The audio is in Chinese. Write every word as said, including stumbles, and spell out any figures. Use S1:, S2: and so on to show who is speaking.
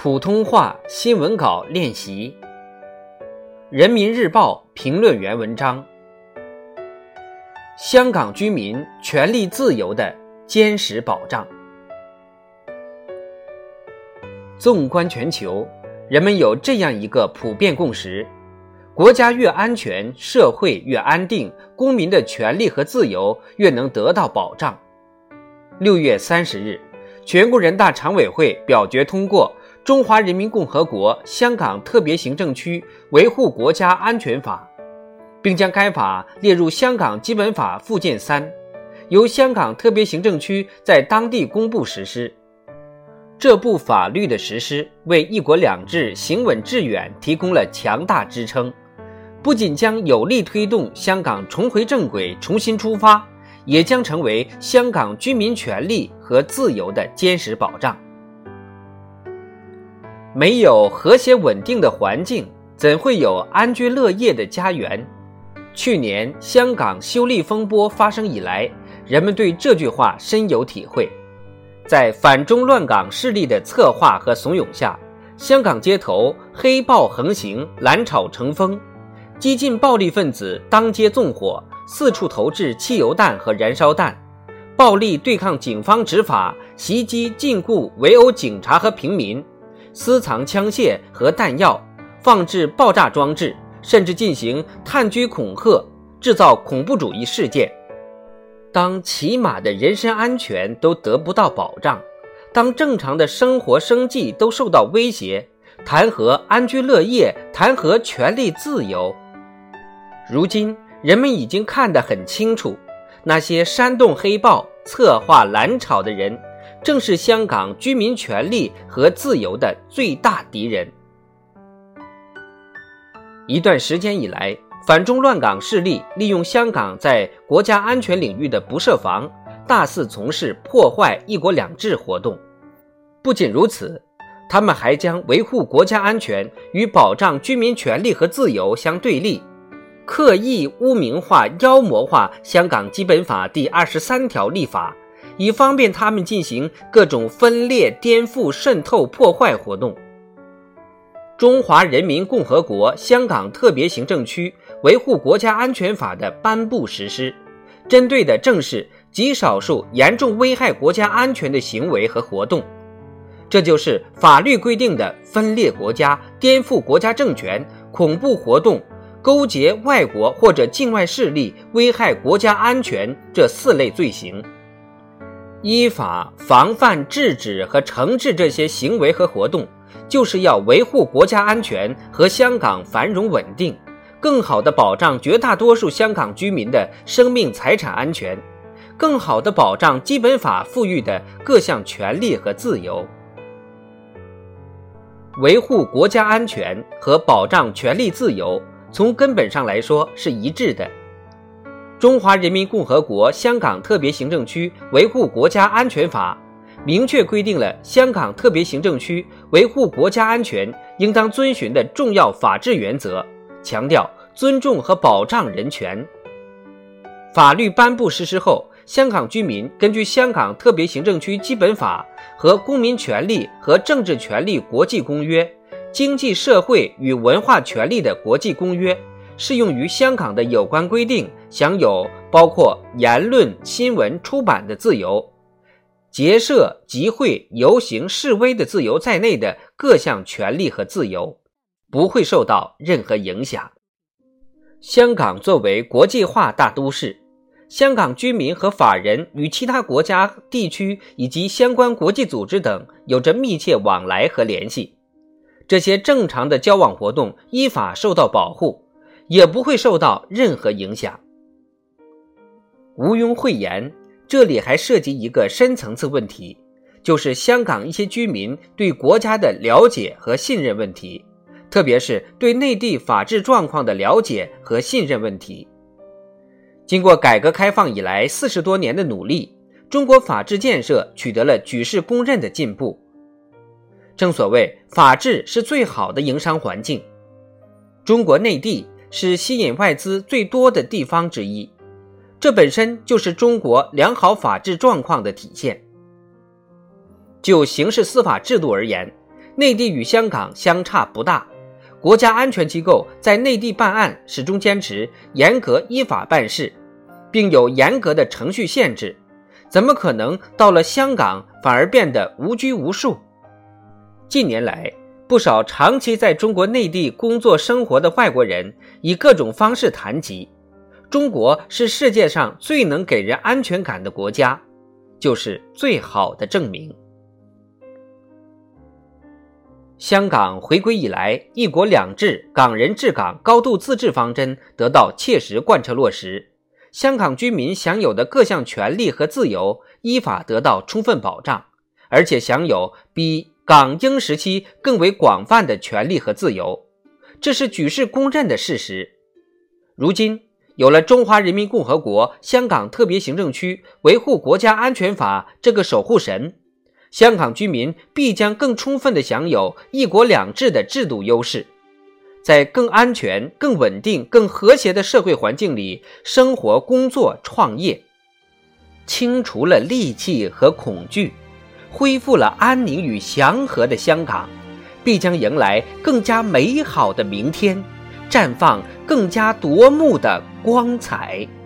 S1: 普通话新闻稿练习。人民日报评论员文章：香港居民权利自由的坚实保障。纵观全球，人们有这样一个普遍共识：国家越安全，社会越安定，公民的权利和自由越能得到保障。六月三十日，全国人大常委会表决通过《中华人民共和国香港特别行政区维护国家安全法》，并将该法列入香港基本法附件三，由香港特别行政区在当地公布实施。这部法律的实施为一国两制行稳致远提供了强大支撑，不仅将有力推动香港重回正轨、重新出发，也将成为香港居民权利和自由的坚实保障。没有和谐稳定的环境，怎会有安居乐业的家园？去年香港修例风波发生以来，人们对这句话深有体会。在反中乱港势力的策划和怂恿下，香港街头黑暴横行，蓝草成风，激进暴力分子当街纵火，四处投掷汽油弹和燃烧弹，暴力对抗警方执法，袭击禁锢围殴警察和平民，私藏枪械和弹药，放置爆炸装置，甚至进行炭疽恐吓，制造恐怖主义事件。当起码的人身安全都得不到保障，当正常的生活生计都受到威胁，谈何安居乐业，谈何权利自由？如今人们已经看得很清楚，那些煽动黑暴、策划蓝草的人，正是香港居民权利和自由的最大敌人。一段时间以来，反中乱港势力利用香港在国家安全领域的不设防，大肆从事破坏一国两制活动。不仅如此，他们还将维护国家安全与保障居民权利和自由相对立，刻意污名化、妖魔化香港基本法第二十三条立法，以方便他们进行各种分裂、颠覆、渗透、破坏活动。中华人民共和国香港特别行政区维护国家安全法的颁布实施，针对的正是极少数严重危害国家安全的行为和活动。这就是法律规定的分裂国家、颠覆国家政权、恐怖活动、勾结外国或者境外势力危害国家安全这四类罪行。依法防范、制止和惩治这些行为和活动，就是要维护国家安全和香港繁荣稳定，更好地保障绝大多数香港居民的生命财产安全，更好地保障基本法赋予的各项权利和自由。维护国家安全和保障权利自由，从根本上来说是一致的。中华人民共和国香港特别行政区维护国家安全法明确规定了香港特别行政区维护国家安全应当遵循的重要法治原则，强调尊重和保障人权。法律颁布实施后，香港居民根据香港特别行政区基本法和公民权利和政治权利国际公约、经济社会与文化权利的国际公约，适用于香港的有关规定，享有包括言论、新闻、出版的自由，结社、集会、游行、示威的自由在内的各项权利和自由，不会受到任何影响。香港作为国际化大都市，香港居民和法人与其他国家、地区以及相关国际组织等有着密切往来和联系，这些正常的交往活动依法受到保护，也不会受到任何影响。毋庸讳言，这里还涉及一个深层次问题，就是香港一些居民对国家的了解和信任问题，特别是对内地法治状况的了解和信任问题。经过改革开放以来四十多年的努力，中国法治建设取得了举世公认的进步。正所谓法治是最好的营商环境，中国内地是吸引外资最多的地方之一，这本身就是中国良好法治状况的体现。就刑事司法制度而言， 内地与香港相差不大，国家安全机构在内地办案始终坚持严格依法办事，并有严格的程序限制，怎么可能到了香港反而变得无拘无束？近年来，不少长期在中国内地工作生活的外国人以各种方式谈及，中国是世界上最能给人安全感的国家，就是最好的证明。香港回归以来，一国两制、港人治港、高度自治方针得到切实贯彻落实，香港居民享有的各项权利和自由依法得到充分保障，而且享有比港英时期更为广泛的权利和自由，这是举世公认的事实。如今有了《中华人民共和国香港特别行政区维护国家安全法》这个守护神，香港居民必将更充分地享有一国两制的制度优势，在更安全、更稳定、更和谐的社会环境里生活、工作、创业，清除了戾气和恐惧，恢复了安宁与祥和的香港，必将迎来更加美好的明天，绽放更加夺目的光彩。